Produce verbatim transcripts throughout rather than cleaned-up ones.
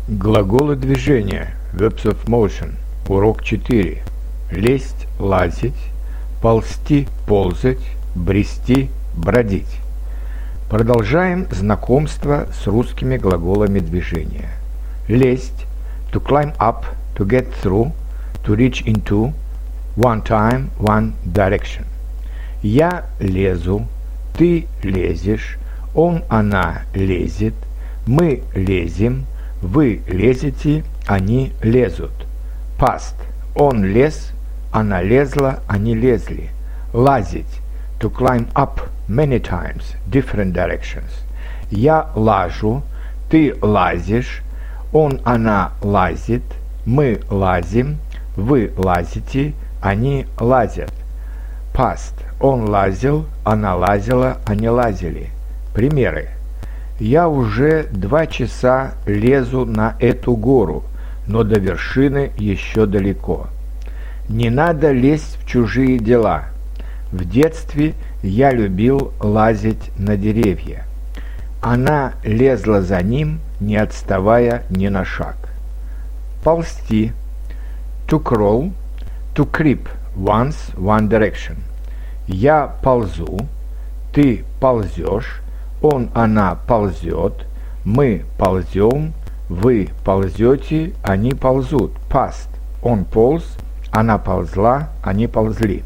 Глаголы движения, verbs of motion, урок четыре. Лезть, лазить, ползти, ползать, брести, бродить. Продолжаем знакомство с русскими глаголами движения. Лезть, to climb up, to get through, to reach into, one time, one direction. Я лезу, ты лезешь, он, она лезет, мы лезем, вы лезете, они лезут. Past. Он лез, она лезла, они лезли. Лазить. To climb up many times, different directions. Я лажу, ты лазишь, он, она лазит, мы лазим, вы лазите, они лазят. Past. Он лазил, она лазила, они лазили. Примеры. Я уже два часа лезу на эту гору, но до вершины еще далеко. Не надо лезть в чужие дела. В детстве я любил лазить на деревья. Она лезла за ним, не отставая ни на шаг. Ползти. To crawl, to creep, once, one direction. Я ползу, ты ползешь, он, она ползет, мы ползем, вы ползете, они ползут. Past. Он полз, она ползла, они ползли.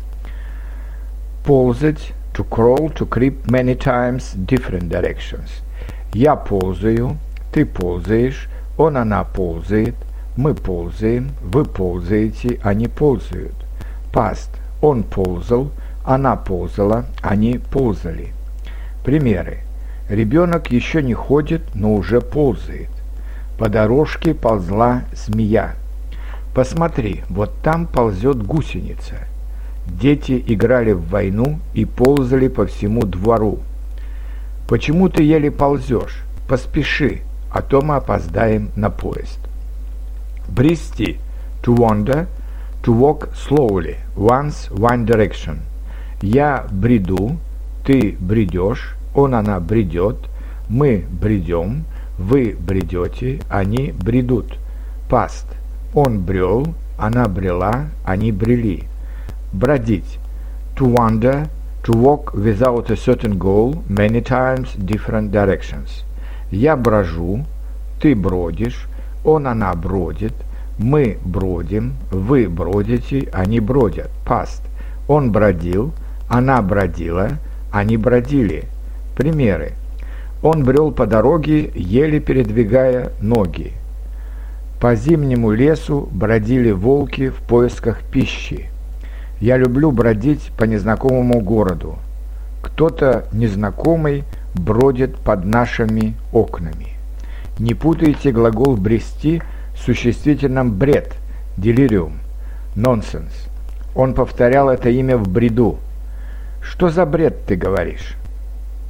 Ползать. To crawl, to creep many times, different directions. Я ползаю, ты ползаешь, он, она ползает, мы ползаем, вы ползаете, они ползают. Past. Он ползал, она ползала, они ползали. Примеры. Ребенок еще не ходит, но уже ползает. По дорожке ползла змея. Посмотри, вот там ползет гусеница. Дети играли в войну и ползали по всему двору. Почему ты еле ползешь? Поспеши, а то мы опоздаем на поезд. Брести. To wander, to walk slowly, once, one direction. Я бреду, ты бредешь, он, она бредет, мы бредем, вы бредете, они бредут. Past. Он брел, она брела, они брели. Бродить. To wander, to walk without a certain goal, many times, different directions. Я брожу, ты бродишь, он, она бродит, мы бродим, вы бродите, они бродят. Past. Он бродил, она бродила, они бродили. Примеры. Он брел по дороге, еле передвигая ноги. По зимнему лесу бродили волки в поисках пищи. Я люблю бродить по незнакомому городу. Кто-то незнакомый бродит под нашими окнами. Не путайте глагол «брести» с существительным «бред» – «делириум», «нонсенс». Он повторял это имя в бреду. «Что за бред ты говоришь?»